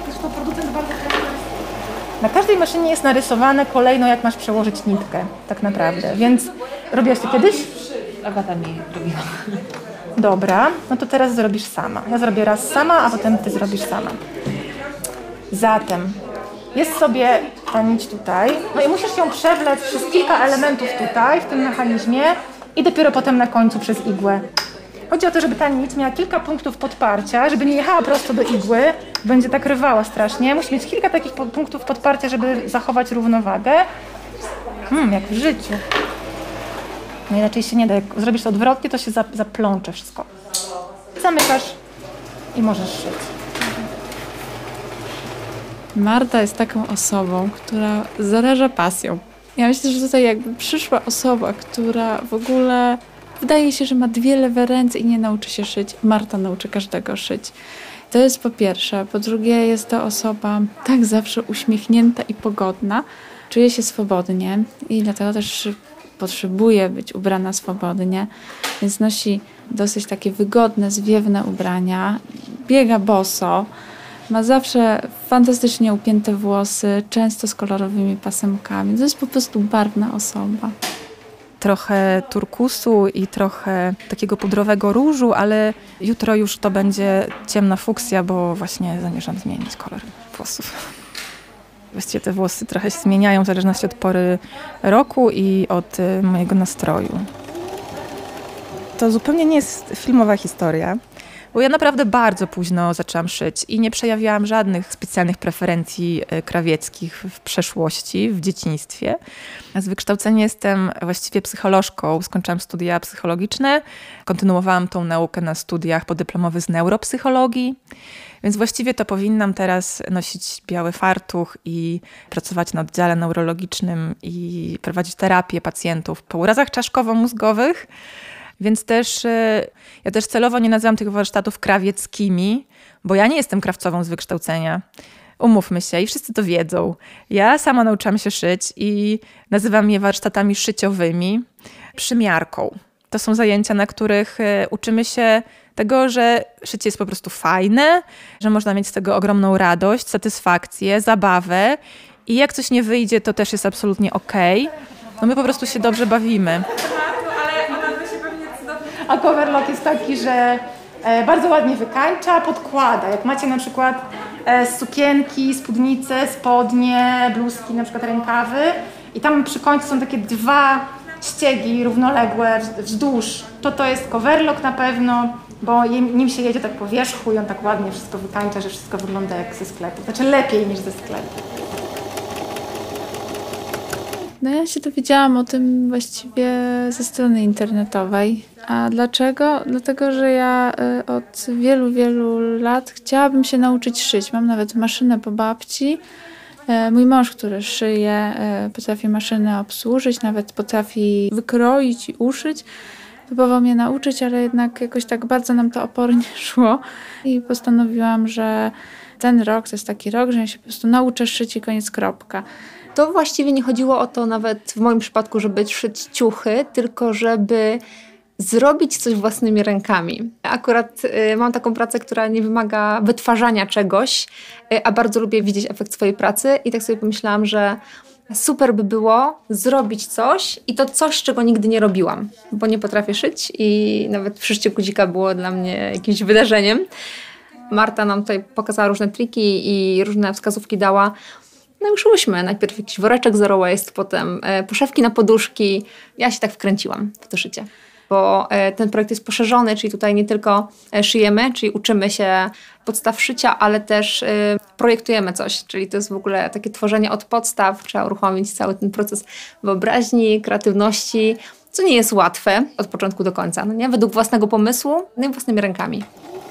Zresztą producent bardzo charakterystyczny. Na każdej maszynie jest narysowane kolejno, jak masz przełożyć nitkę, tak naprawdę. Więc robiłaś to kiedyś? Agata mi robiła. Dobra, no to teraz zrobisz sama. Ja zrobię raz sama, a potem ty zrobisz sama. Zatem jest sobie ta nić tutaj, no i musisz ją przewlec przez kilka elementów tutaj, w tym mechanizmie i dopiero potem na końcu przez igłę. Chodzi o to, żeby ta nić miała kilka punktów podparcia, żeby nie jechała prosto do igły, będzie tak rywała strasznie. Musi mieć kilka takich punktów podparcia, żeby zachować równowagę. Jak w życiu. No inaczej się nie da. Jak zrobisz to odwrotnie, to się zaplącze wszystko. Zamykasz i możesz szyć. Marta jest taką osobą, która zaraża pasją. Ja myślę, że tutaj jakby przyszła osoba, która w ogóle wydaje się, że ma dwie lewe ręce i nie nauczy się szyć. Marta nauczy każdego szyć. To jest po pierwsze. Po drugie jest to osoba tak zawsze uśmiechnięta i pogodna. Czuje się swobodnie i dlatego też potrzebuje być ubrana swobodnie, więc nosi dosyć takie wygodne, zwiewne ubrania. Biega boso. Ma zawsze fantastycznie upięte włosy, często z kolorowymi pasemkami. To jest po prostu barwna osoba. Trochę turkusu i trochę takiego pudrowego różu, ale jutro już to będzie ciemna fuksja, bo właśnie zamierzam zmienić kolor włosów. Właściwie te włosy trochę się zmieniają w zależności od pory roku i od mojego nastroju. To zupełnie nie jest filmowa historia. Bo ja naprawdę bardzo późno zaczęłam szyć i nie przejawiałam żadnych specjalnych preferencji krawieckich w przeszłości, w dzieciństwie. Z wykształcenia jestem właściwie psycholożką. Skończyłam studia psychologiczne, kontynuowałam tą naukę na studiach podyplomowych z neuropsychologii, więc właściwie to powinnam teraz nosić biały fartuch i pracować na oddziale neurologicznym i prowadzić terapię pacjentów po urazach czaszkowo-mózgowych. Więc też ja też celowo nie nazywam tych warsztatów krawieckimi, bo ja nie jestem krawcową z wykształcenia. Umówmy się i wszyscy to wiedzą. Ja sama nauczyłam się szyć i nazywam je warsztatami szyciowymi, przymiarką. To są zajęcia, na których uczymy się tego, że szycie jest po prostu fajne, że można mieć z tego ogromną radość, satysfakcję, zabawę i jak coś nie wyjdzie, to też jest absolutnie okej. No my po prostu się dobrze bawimy. A coverlock jest taki, że bardzo ładnie wykańcza, podkłada. Jak macie na przykład sukienki, spódnice, spodnie, bluzki, na przykład rękawy i tam przy końcu są takie dwa ściegi równoległe wzdłuż, to jest coverlock na pewno, bo nim się jedzie tak po wierzchu i on tak ładnie wszystko wykańcza, że wszystko wygląda jak ze sklepu. Znaczy lepiej niż ze sklepu. No ja się dowiedziałam o tym właściwie ze strony internetowej. A dlaczego? Dlatego, że ja od wielu, wielu lat chciałabym się nauczyć szyć. Mam nawet maszynę po babci. Mój mąż, który szyje, potrafi maszynę obsłużyć, nawet potrafi wykroić i uszyć. Próbował mnie nauczyć, ale jednak jakoś tak bardzo nam to opornie szło. I postanowiłam, że ten rok to jest taki rok, że ja się po prostu nauczę szyć i koniec, kropka. To właściwie nie chodziło o to nawet w moim przypadku, żeby szyć ciuchy, tylko żeby zrobić coś własnymi rękami. Akurat mam taką pracę, która nie wymaga wytwarzania czegoś, a bardzo lubię widzieć efekt swojej pracy i tak sobie pomyślałam, że super by było zrobić coś i to coś, czego nigdy nie robiłam, bo nie potrafię szyć i nawet wszycie guzika było dla mnie jakimś wydarzeniem. Marta nam tutaj pokazała różne triki i różne wskazówki dała. No i uszyłyśmy. Najpierw jakiś woreczek zero waste, potem poszewki na poduszki. Ja się tak wkręciłam w to szycie. Bo ten projekt jest poszerzony, czyli tutaj nie tylko szyjemy, czyli uczymy się podstaw szycia, ale też projektujemy coś. Czyli to jest w ogóle takie tworzenie od podstaw. Trzeba uruchomić cały ten proces wyobraźni, kreatywności, co nie jest łatwe od początku do końca. No nie? Według własnego pomysłu, no i własnymi rękami.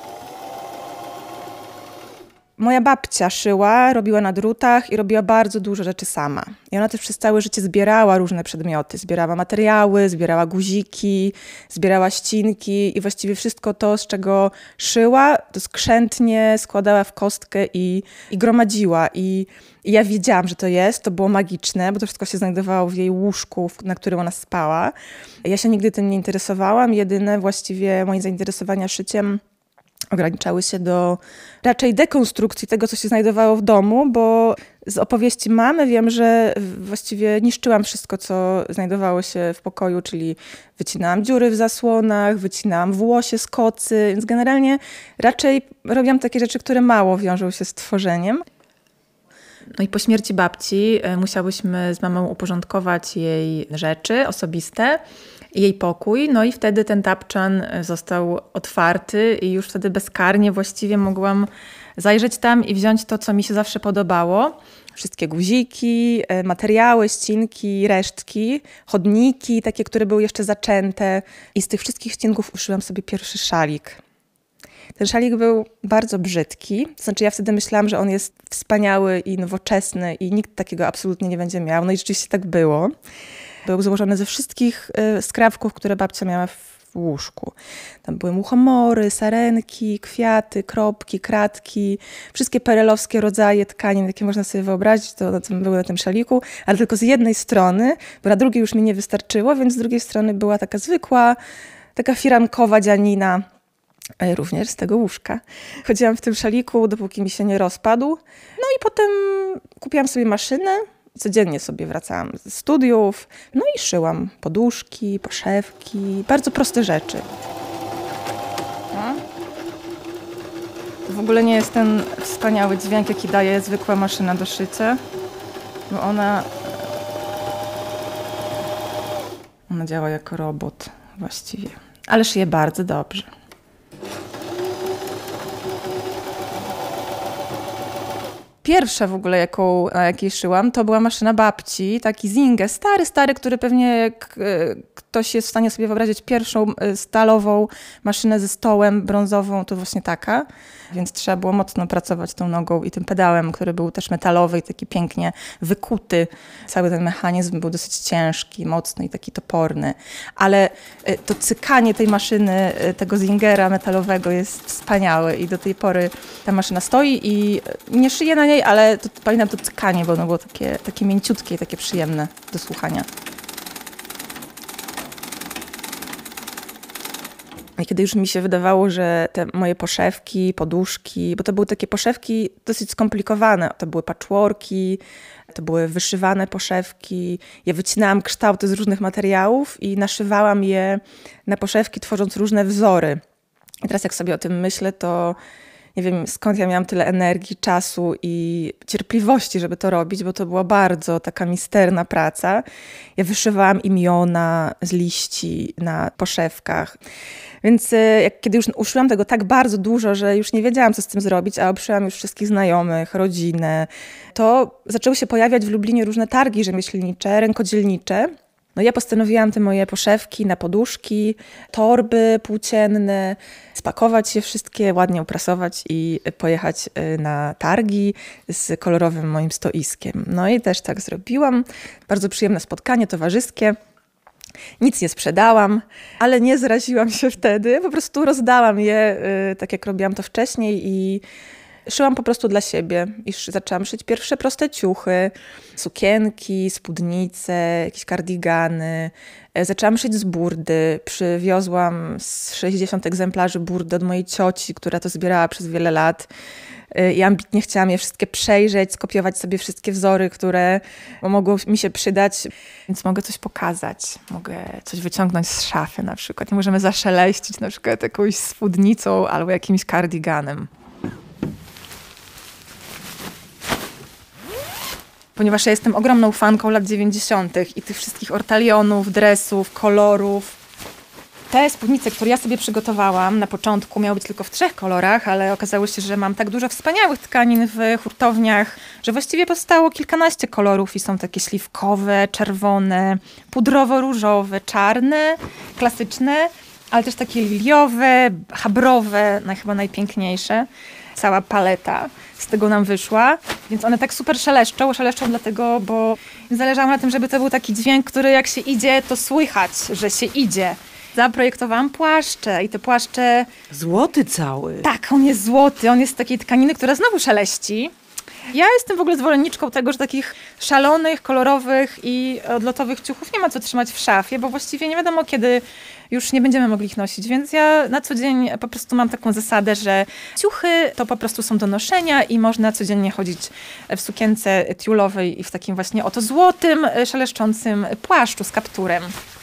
Moja babcia szyła, robiła na drutach i robiła bardzo dużo rzeczy sama. I ona też przez całe życie zbierała różne przedmioty. Zbierała materiały, zbierała guziki, zbierała ścinki i właściwie wszystko to, z czego szyła, to skrzętnie składała w kostkę i gromadziła. I ja wiedziałam, że to było magiczne, bo to wszystko się znajdowało w jej łóżku, na którym ona spała. Ja się nigdy tym nie interesowałam. Jedyne właściwie moje zainteresowania szyciem ograniczały się do raczej dekonstrukcji tego, co się znajdowało w domu, bo z opowieści mamy wiem, że właściwie niszczyłam wszystko, co znajdowało się w pokoju, czyli wycinałam dziury w zasłonach, wycinałam włosie z kocy, więc generalnie raczej robiłam takie rzeczy, które mało wiążą się z tworzeniem. No i po śmierci babci musiałyśmy z mamą uporządkować jej rzeczy osobiste, jej pokój, no i wtedy ten tapczan został otwarty i już wtedy bezkarnie właściwie mogłam zajrzeć tam i wziąć to, co mi się zawsze podobało. Wszystkie guziki, materiały, ścinki, resztki, chodniki, takie, które były jeszcze zaczęte. I z tych wszystkich ścinków uszyłam sobie pierwszy szalik. Ten szalik był bardzo brzydki, to znaczy ja wtedy myślałam, że on jest wspaniały i nowoczesny i nikt takiego absolutnie nie będzie miał. No i rzeczywiście tak było. Był złożony ze wszystkich skrawków, które babcia miała w łóżku. Tam były muchomory, sarenki, kwiaty, kropki, kratki, wszystkie perelowskie rodzaje tkanin, jakie można sobie wyobrazić, to były na tym szaliku, ale tylko z jednej strony, bo na drugiej już mi nie wystarczyło, więc z drugiej strony była taka zwykła, taka firankowa dzianina, również z tego łóżka. Chodziłam w tym szaliku, dopóki mi się nie rozpadł. No i potem kupiłam sobie maszynę. Codziennie sobie wracałam ze studiów. No i szyłam poduszki, poszewki. Bardzo proste rzeczy. No. W ogóle nie jest ten wspaniały dźwięk, jaki daje zwykła maszyna do szycia. Bo ona działa jako robot właściwie. Ale szyje bardzo dobrze. Pierwsza w ogóle, na jakiej szyłam, to była maszyna babci, taki Zinge, stary, który pewnie jak ktoś jest w stanie sobie wyobrazić pierwszą stalową maszynę ze stołem brązową, to właśnie taka. Więc trzeba było mocno pracować tą nogą i tym pedałem, który był też metalowy i taki pięknie wykuty. Cały ten mechanizm był dosyć ciężki, mocny i taki toporny. Ale to cykanie tej maszyny, tego Zingera metalowego jest wspaniałe i do tej pory ta maszyna stoi i nie szyję na niej, ale pamiętam to cykanie, bo ono było takie mięciutkie i takie przyjemne do słuchania. I kiedy już mi się wydawało, że te moje poszewki, poduszki, bo to były takie poszewki dosyć skomplikowane, to były patchworki, to były wyszywane poszewki. Ja wycinałam kształty z różnych materiałów i naszywałam je na poszewki, tworząc różne wzory. I teraz jak sobie o tym myślę, to nie wiem, skąd ja miałam tyle energii, czasu i cierpliwości, żeby to robić, bo to była bardzo taka misterna praca. Ja wyszywałam imiona z liści na poszewkach. Więc kiedy już uszyłam tego tak bardzo dużo, że już nie wiedziałam, co z tym zrobić, a obszyłam już wszystkich znajomych, rodzinę, to zaczęły się pojawiać w Lublinie różne targi rzemieślnicze, rękodzielnicze. No ja postanowiłam te moje poszewki na poduszki, torby płócienne, spakować je wszystkie, ładnie uprasować i pojechać na targi z kolorowym moim stoiskiem. No i też tak zrobiłam. Bardzo przyjemne spotkanie towarzyskie. Nic nie sprzedałam, ale nie zraziłam się wtedy. Po prostu rozdałam je, tak jak robiłam to wcześniej i szyłam po prostu dla siebie. I zaczęłam szyć pierwsze proste ciuchy, sukienki, spódnice, jakieś kardigany. Zaczęłam szyć z burdy. Przywiozłam z 60 egzemplarzy burdy od mojej cioci, która to zbierała przez wiele lat. I ambitnie chciałam je wszystkie przejrzeć, skopiować sobie wszystkie wzory, które mogły mi się przydać. Więc mogę coś pokazać, mogę coś wyciągnąć z szafy na przykład. Możemy zaszeleścić na przykład jakąś spódnicą albo jakimś kardiganem. Ponieważ ja jestem ogromną fanką lat 90. i tych wszystkich ortalionów, dresów, kolorów. Te spódnice, które ja sobie przygotowałam na początku, miały być tylko w 3 kolorach, ale okazało się, że mam tak dużo wspaniałych tkanin w hurtowniach, że właściwie powstało kilkanaście kolorów i są takie śliwkowe, czerwone, pudrowo-różowe, czarne, klasyczne, ale też takie liliowe, chabrowe, chyba najpiękniejsze. Cała paleta z tego nam wyszła, więc one tak super szeleszczą dlatego, bo zależało na tym, żeby to był taki dźwięk, który jak się idzie, to słychać, że się idzie. Zaprojektowałam płaszcze i te płaszcze... Złoty cały. Tak, on jest złoty, on jest z takiej tkaniny, która znowu szeleści. Ja jestem w ogóle zwolenniczką tego, że takich szalonych, kolorowych i odlotowych ciuchów nie ma co trzymać w szafie, bo właściwie nie wiadomo, kiedy już nie będziemy mogli ich nosić, więc ja na co dzień po prostu mam taką zasadę, że ciuchy to po prostu są do noszenia i można codziennie chodzić w sukience tiulowej i w takim właśnie oto złotym, szeleszczącym płaszczu z kapturem.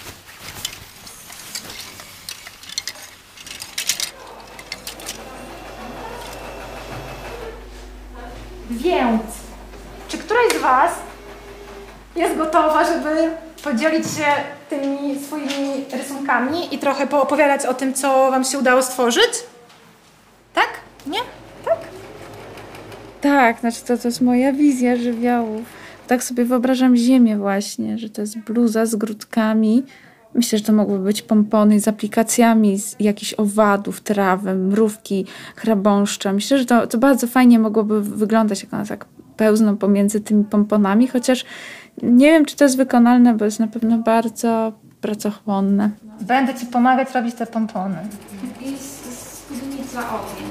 Więc, czy któraś z Was jest gotowa, żeby podzielić się tymi swoimi rysunkami i trochę poopowiadać o tym, co Wam się udało stworzyć? Tak? Nie? Tak? Tak, znaczy to jest moja wizja żywiołów. Tak sobie wyobrażam ziemię właśnie, że to jest bluza z grudkami. Myślę, że to mogły być pompony z aplikacjami z jakichś owadów, trawy, mrówki, chrabąszcza. Myślę, że to bardzo fajnie mogłoby wyglądać, jak one tak pełzną pomiędzy tymi pomponami, chociaż nie wiem, czy to jest wykonalne, bo jest na pewno bardzo pracochłonne. Będę Ci pomagać robić te pompony. I spódnica ogień.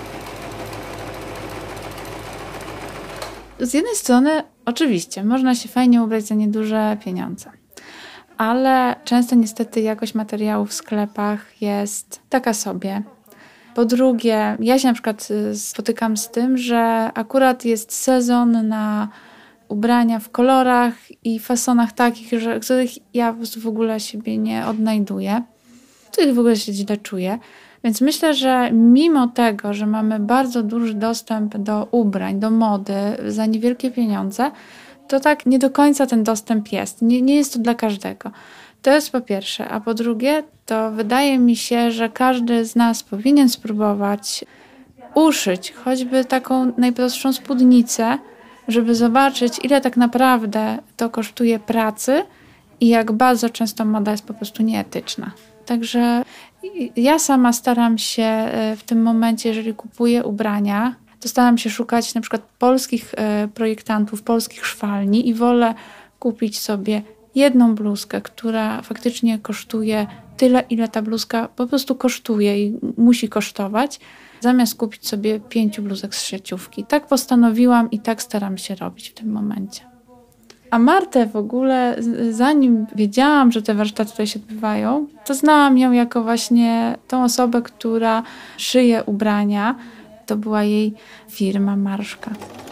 Z jednej strony, oczywiście, można się fajnie ubrać za nieduże pieniądze. Ale często niestety jakość materiałów w sklepach jest taka sobie. Po drugie, ja się na przykład spotykam z tym, że akurat jest sezon na ubrania w kolorach i fasonach takich, których ja po prostu w ogóle siebie nie odnajduję, których w ogóle się źle czuję. Więc myślę, że mimo tego, że mamy bardzo duży dostęp do ubrań, do mody za niewielkie pieniądze, to tak nie do końca ten dostęp jest. Nie jest to dla każdego. To jest po pierwsze. A po drugie, to wydaje mi się, że każdy z nas powinien spróbować uszyć choćby taką najprostszą spódnicę, żeby zobaczyć, ile tak naprawdę to kosztuje pracy i jak bardzo często moda jest po prostu nieetyczna. Także ja sama staram się w tym momencie, jeżeli kupuję ubrania, to staram się szukać na przykład polskich projektantów, polskich szwalni i wolę kupić sobie jedną bluzkę, która faktycznie kosztuje tyle, ile ta bluzka po prostu kosztuje i musi kosztować, zamiast kupić sobie 5 bluzek z sieciówki. Tak postanowiłam i tak staram się robić w tym momencie. A Martę w ogóle, zanim wiedziałam, że te warsztaty tutaj się odbywają, to znałam ją jako właśnie tą osobę, która szyje ubrania. To była jej firma Marszka.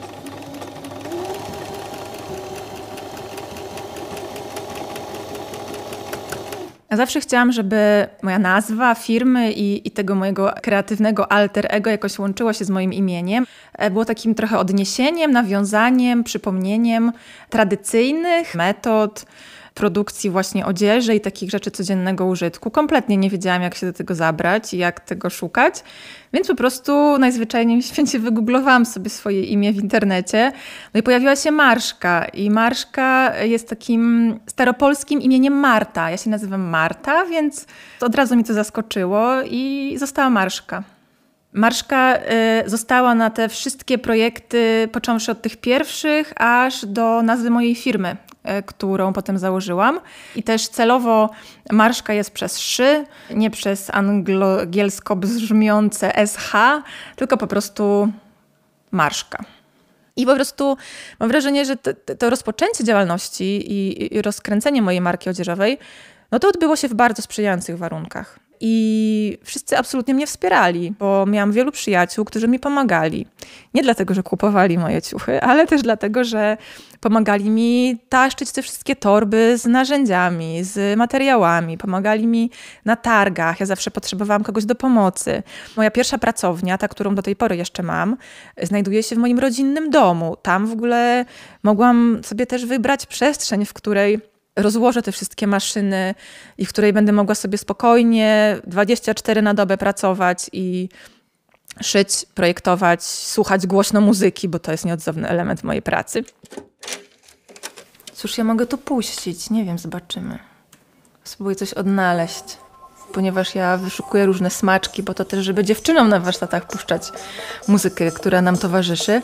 Ja zawsze chciałam, żeby moja nazwa firmy i tego mojego kreatywnego alter ego jakoś łączyło się z moim imieniem. Było takim trochę odniesieniem, nawiązaniem, przypomnieniem tradycyjnych metod produkcji właśnie odzieży i takich rzeczy codziennego użytku. Kompletnie nie wiedziałam, jak się do tego zabrać i jak tego szukać, więc po prostu najzwyczajniej w świecie wygooglowałam sobie swoje imię w internecie. No i pojawiła się Marszka i Marszka jest takim staropolskim imieniem Marta. Ja się nazywam Marta, więc od razu mi to zaskoczyło i została Marszka. Marszka została na te wszystkie projekty, począwszy od tych pierwszych, aż do nazwy mojej firmy, którą potem założyłam. I też celowo Marszka jest przez szy, nie przez angielsko brzmiące SH, tylko po prostu Marszka. I po prostu mam wrażenie, że to rozpoczęcie działalności i rozkręcenie mojej marki odzieżowej, no to odbyło się w bardzo sprzyjających warunkach. I wszyscy absolutnie mnie wspierali, bo miałam wielu przyjaciół, którzy mi pomagali. Nie dlatego, że kupowali moje ciuchy, ale też dlatego, że pomagali mi taszczyć te wszystkie torby z narzędziami, z materiałami. Pomagali mi na targach. Ja zawsze potrzebowałam kogoś do pomocy. Moja pierwsza pracownia, ta, którą do tej pory jeszcze mam, znajduje się w moim rodzinnym domu. Tam w ogóle mogłam sobie też wybrać przestrzeń, w której rozłożę te wszystkie maszyny i w której będę mogła sobie spokojnie 24 na dobę pracować i szyć, projektować, słuchać głośno muzyki, bo to jest nieodzowny element mojej pracy. Cóż, ja mogę tu puścić, nie wiem, zobaczymy. Spróbuję coś odnaleźć, ponieważ ja wyszukuję różne smaczki, bo to też, żeby dziewczynom na warsztatach puszczać muzykę, która nam towarzyszy.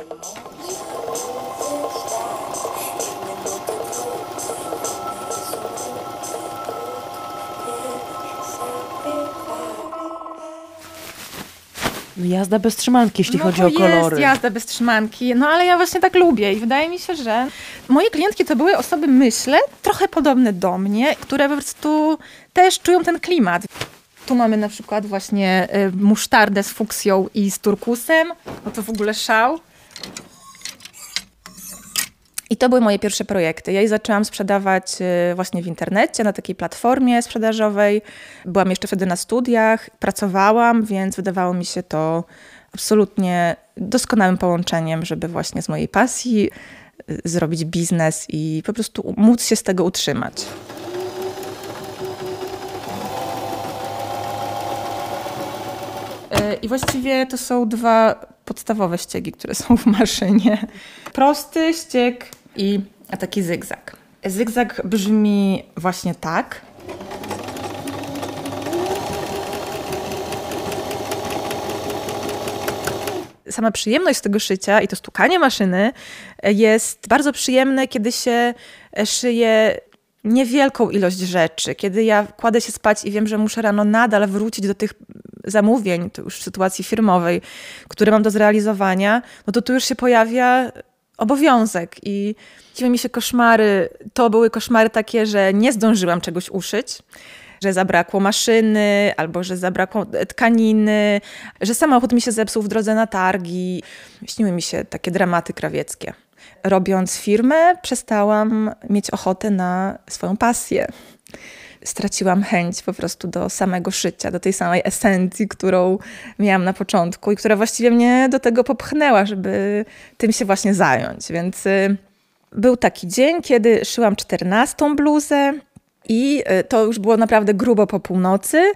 Jazda bez trzymanki, jeśli chodzi to o kolory. jest jazda bez trzymanki, no ale ja właśnie tak lubię i wydaje mi się, że moje klientki to były osoby, myślę, trochę podobne do mnie, które po prostu też czują ten klimat. Tu mamy na przykład właśnie musztardę z fuksją i z turkusem, no to w ogóle szał. I to były moje pierwsze projekty. Ja je zaczęłam sprzedawać właśnie w internecie, na takiej platformie sprzedażowej. Byłam jeszcze wtedy na studiach, pracowałam, więc wydawało mi się to absolutnie doskonałym połączeniem, żeby właśnie z mojej pasji zrobić biznes i po prostu móc się z tego utrzymać. I właściwie to są dwa podstawowe ściegi, które są w maszynie. Prosty ścieg i taki zygzak. Zygzak brzmi właśnie tak. Sama przyjemność z tego szycia i to stukanie maszyny jest bardzo przyjemne, kiedy się szyje niewielką ilość rzeczy. Kiedy ja kładę się spać i wiem, że muszę rano nadal wrócić do tych zamówień, to już w sytuacji firmowej, które mam do zrealizowania, no to tu już się pojawia obowiązek i dziwią mi się koszmary. To były koszmary takie, że nie zdążyłam czegoś uszyć, że zabrakło maszyny, albo że zabrakło tkaniny, że samochód mi się zepsuł w drodze na targi. Śniły mi się takie dramaty krawieckie. Robiąc firmę, przestałam mieć ochotę na swoją pasję. Straciłam chęć po prostu do samego szycia, do tej samej esencji, którą miałam na początku i która właściwie mnie do tego popchnęła, żeby tym się właśnie zająć. Więc był taki dzień, kiedy szyłam 14 bluzę i to już było naprawdę grubo po północy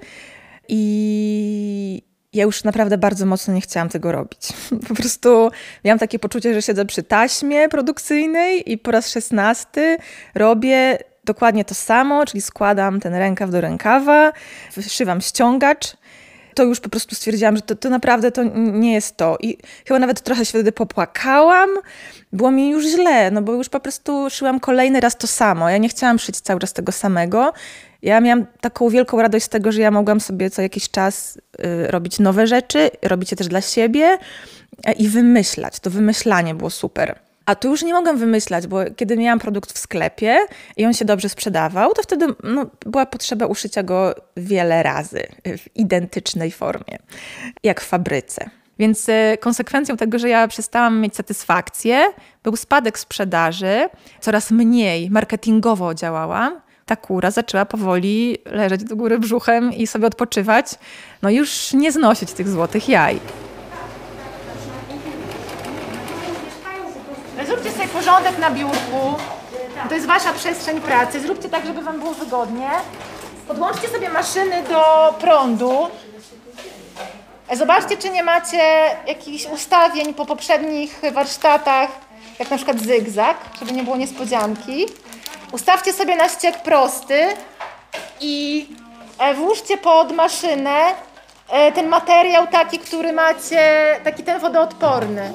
i ja już naprawdę bardzo mocno nie chciałam tego robić. Po prostu miałam takie poczucie, że siedzę przy taśmie produkcyjnej i po raz 16 robię dokładnie to samo, czyli składam ten rękaw do rękawa, wyszywam ściągacz. To już po prostu stwierdziłam, że to naprawdę to nie jest to. I chyba nawet trochę się wtedy popłakałam. Było mi już źle, no bo już po prostu szyłam kolejny raz to samo. Ja nie chciałam szyć cały czas tego samego. Ja miałam taką wielką radość z tego, że ja mogłam sobie co jakiś czas robić nowe rzeczy, robić je też dla siebie i wymyślać. To wymyślanie było super. A tu już nie mogłam wymyślać, bo kiedy miałam produkt w sklepie i on się dobrze sprzedawał, to wtedy była potrzeba uszycia go wiele razy w identycznej formie, jak w fabryce. Więc konsekwencją tego, że ja przestałam mieć satysfakcję, był spadek sprzedaży, coraz mniej marketingowo działałam. Ta kura zaczęła powoli leżeć do góry brzuchem i sobie odpoczywać, no już nie znosić tych złotych jaj. Zróbcie sobie porządek na biurku, to jest wasza przestrzeń pracy, zróbcie tak, żeby wam było wygodnie. Podłączcie sobie maszyny do prądu. Zobaczcie, czy nie macie jakichś ustawień po poprzednich warsztatach, jak na przykład zygzak, żeby nie było niespodzianki. Ustawcie sobie na ścieg prosty i włóżcie pod maszynę ten materiał taki, który macie, taki ten wodoodporny.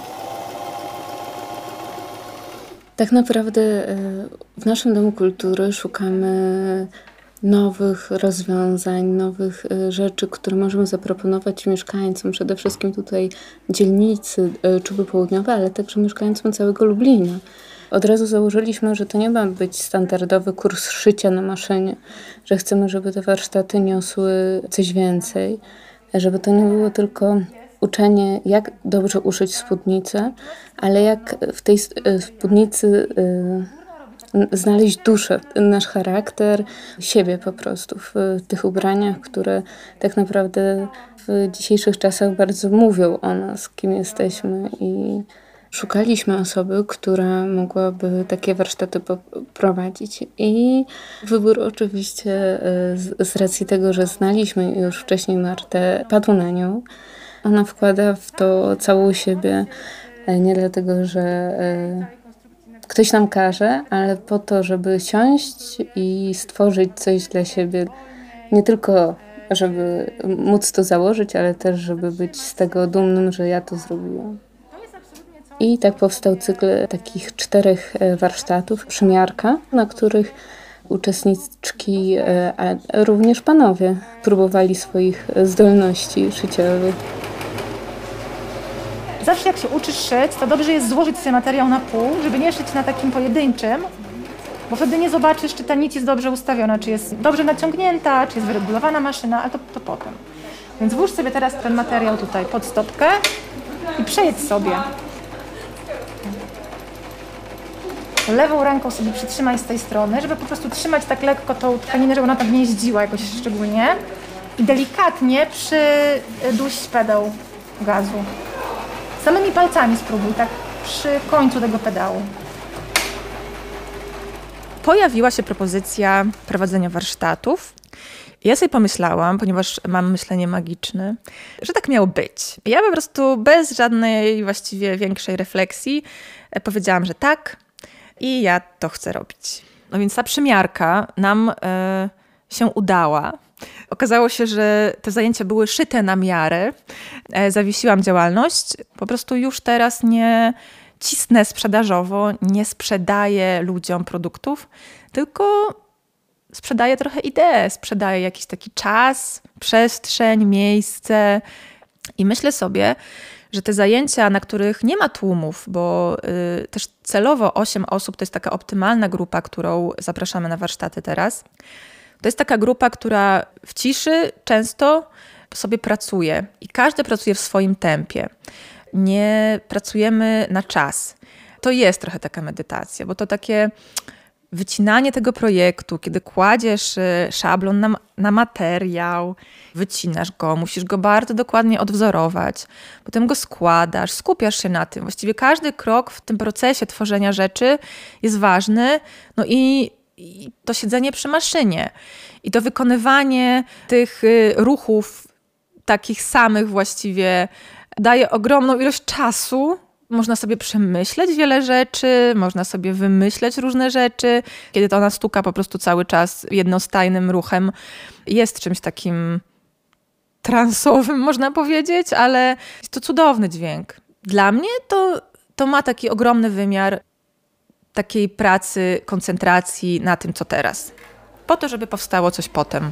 Tak naprawdę w naszym Domu Kultury szukamy nowych rozwiązań, nowych rzeczy, które możemy zaproponować mieszkańcom, przede wszystkim tutaj dzielnicy Czuby Południowe, ale także mieszkańcom całego Lublina. Od razu założyliśmy, że to nie ma być standardowy kurs szycia na maszynie, że chcemy, żeby te warsztaty niosły coś więcej, żeby to nie było tylko uczenie, jak dobrze uszyć spódnicę, ale jak w tej spódnicy znaleźć duszę, nasz charakter, siebie po prostu w tych ubraniach, które tak naprawdę w dzisiejszych czasach bardzo mówią o nas, kim jesteśmy i szukaliśmy osoby, która mogłaby takie warsztaty prowadzić i wybór oczywiście z racji tego, że znaliśmy już wcześniej Martę, padł na nią. Ona wkłada w to całą siebie, nie dlatego, że ktoś nam każe, ale po to, żeby siąść i stworzyć coś dla siebie. Nie tylko, żeby móc to założyć, ale też, żeby być z tego dumnym, że ja to zrobiłam. I tak powstał cykl takich 4 warsztatów, przymiarka, na których uczestniczki, a również panowie próbowali swoich zdolności szyciowych. zawsze jak się uczysz szyć, to dobrze jest złożyć sobie materiał na pół, żeby nie szyć na takim pojedynczym, bo wtedy nie zobaczysz, czy ta nić jest dobrze ustawiona, czy jest dobrze naciągnięta, czy jest wyregulowana maszyna, ale to potem. Więc włóż sobie teraz ten materiał tutaj pod stopkę i przejedź sobie. Lewą ręką sobie przytrzymaj z tej strony, żeby po prostu trzymać tak lekko tą tkaninę, żeby ona tak nie jeździła jakoś szczególnie. I delikatnie przyduś pedał gazu. Samymi palcami spróbuj, tak przy końcu tego pedału. Pojawiła się propozycja prowadzenia warsztatów. Ja sobie pomyślałam, ponieważ mam myślenie magiczne, że tak miało być. Ja po prostu bez żadnej właściwie większej refleksji powiedziałam, że tak i ja to chcę robić. No więc ta przymiarka nam się udała. Okazało się, że te zajęcia były szyte na miarę. Zawiesiłam działalność. Po prostu już teraz nie cisnę sprzedażowo, nie sprzedaję ludziom produktów, tylko sprzedaję trochę ideę, sprzedaję jakiś taki czas, przestrzeń, miejsce. I myślę sobie, że te zajęcia, na których nie ma tłumów, bo też celowo 8 osób to jest taka optymalna grupa, którą zapraszamy na warsztaty teraz. To jest taka grupa, która w ciszy często sobie pracuje i każdy pracuje w swoim tempie. Nie pracujemy na czas. To jest trochę taka medytacja, bo to takie wycinanie tego projektu, kiedy kładziesz szablon na materiał, wycinasz go, musisz go bardzo dokładnie odwzorować, potem go składasz, skupiasz się na tym. Właściwie każdy krok w tym procesie tworzenia rzeczy jest ważny, no i to siedzenie przy maszynie i to wykonywanie tych ruchów takich samych właściwie daje ogromną ilość czasu. Można sobie przemyśleć wiele rzeczy, można sobie wymyśleć różne rzeczy. Kiedy to ona stuka po prostu cały czas jednostajnym ruchem, jest czymś takim transowym, można powiedzieć, ale jest to cudowny dźwięk. Dla mnie to ma taki ogromny wymiar takiej pracy, koncentracji na tym, co teraz. Po to, żeby powstało coś potem.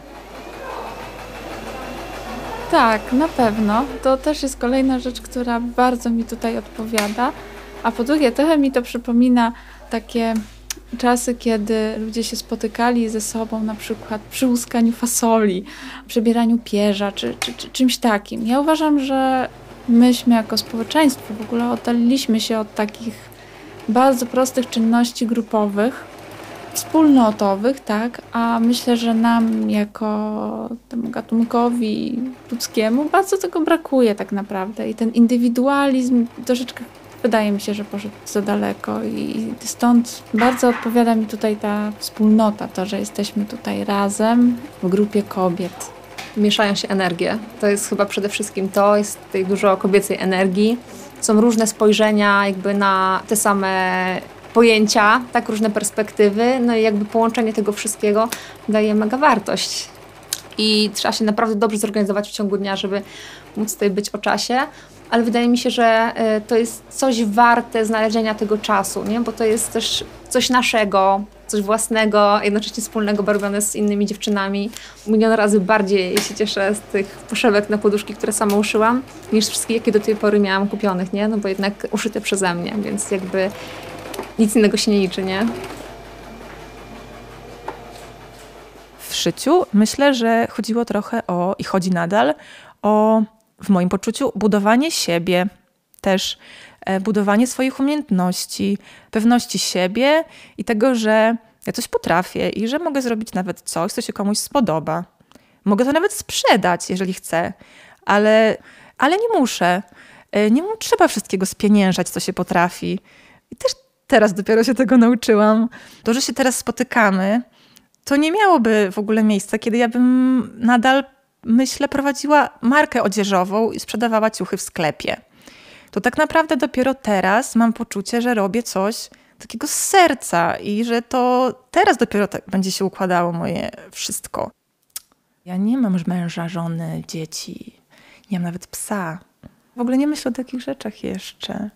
Tak, na pewno. To też jest kolejna rzecz, która bardzo mi tutaj odpowiada. A po drugie, trochę mi to przypomina takie czasy, kiedy ludzie się spotykali ze sobą na przykład przy łuskaniu fasoli, przebieraniu pierza czy czymś takim. Ja uważam, że myśmy jako społeczeństwo w ogóle oddaliliśmy się od takich bardzo prostych czynności grupowych, wspólnotowych, tak, a myślę, że nam jako temu gatunkowi ludzkiemu bardzo tego brakuje tak naprawdę i ten indywidualizm troszeczkę wydaje mi się, że poszedł za daleko i stąd bardzo odpowiada mi tutaj ta wspólnota, to, że jesteśmy tutaj razem w grupie kobiet. Mieszają się energie. To jest chyba przede wszystkim to, jest tutaj dużo kobiecej energii. Są różne spojrzenia jakby na te same pojęcia, tak różne perspektywy, no i jakby połączenie tego wszystkiego daje mega wartość. I trzeba się naprawdę dobrze zorganizować w ciągu dnia, żeby móc tutaj być o czasie, ale wydaje mi się, że to jest coś warte znalezienia tego czasu, nie? Bo to jest też coś naszego, coś własnego, jednocześnie wspólnego, bo robione z innymi dziewczynami. Milion razy bardziej się cieszę z tych poszewek na poduszki, które sama uszyłam, niż wszystkie, jakie do tej pory miałam kupionych, nie? No bo jednak uszyte przeze mnie, więc jakby nic innego się nie liczy, nie? W szyciu myślę, że chodziło trochę i chodzi nadal o, w moim poczuciu, budowanie siebie, też budowanie swoich umiejętności, pewności siebie i tego, że ja coś potrafię i że mogę zrobić nawet coś, co się komuś spodoba. Mogę to nawet sprzedać, jeżeli chcę, ale nie muszę. Nie trzeba wszystkiego spieniężać, co się potrafi. I też teraz dopiero się tego nauczyłam. To, że się teraz spotykamy, to nie miałoby w ogóle miejsca, kiedy ja bym nadal, myślę, prowadziła markę odzieżową i sprzedawała ciuchy w sklepie. To tak naprawdę dopiero teraz mam poczucie, że robię coś takiego z serca i że to teraz dopiero tak będzie się układało moje wszystko. Ja nie mam męża, żony, dzieci, nie mam nawet psa. W ogóle nie myślę o takich rzeczach jeszcze.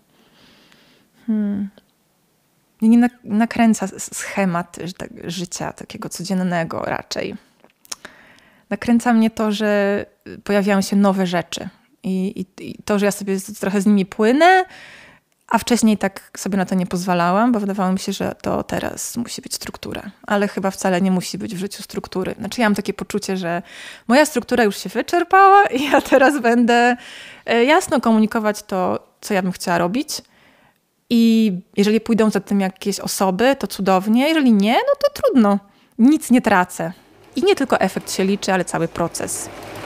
Mnie nie nakręca schemat życia takiego codziennego raczej. Nakręca mnie to, że pojawiają się nowe rzeczy. I to, że ja sobie trochę z nimi płynę, a wcześniej tak sobie na to nie pozwalałam, bo wydawało mi się, że to teraz musi być struktura. Ale chyba wcale nie musi być w życiu struktury. Znaczy ja mam takie poczucie, że moja struktura już się wyczerpała i ja teraz będę jasno komunikować to, co ja bym chciała robić. I jeżeli pójdą za tym jakieś osoby, to cudownie. Jeżeli nie, no to trudno. Nic nie tracę. I nie tylko efekt się liczy, ale cały proces.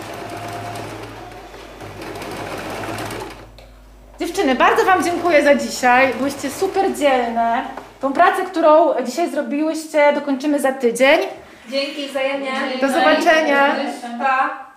Dziewczyny, bardzo wam dziękuję za dzisiaj. Byłyście super dzielne. Tą pracę, którą dzisiaj zrobiłyście, dokończymy za tydzień. Dzięki wzajemnie. Do zobaczenia. Pa.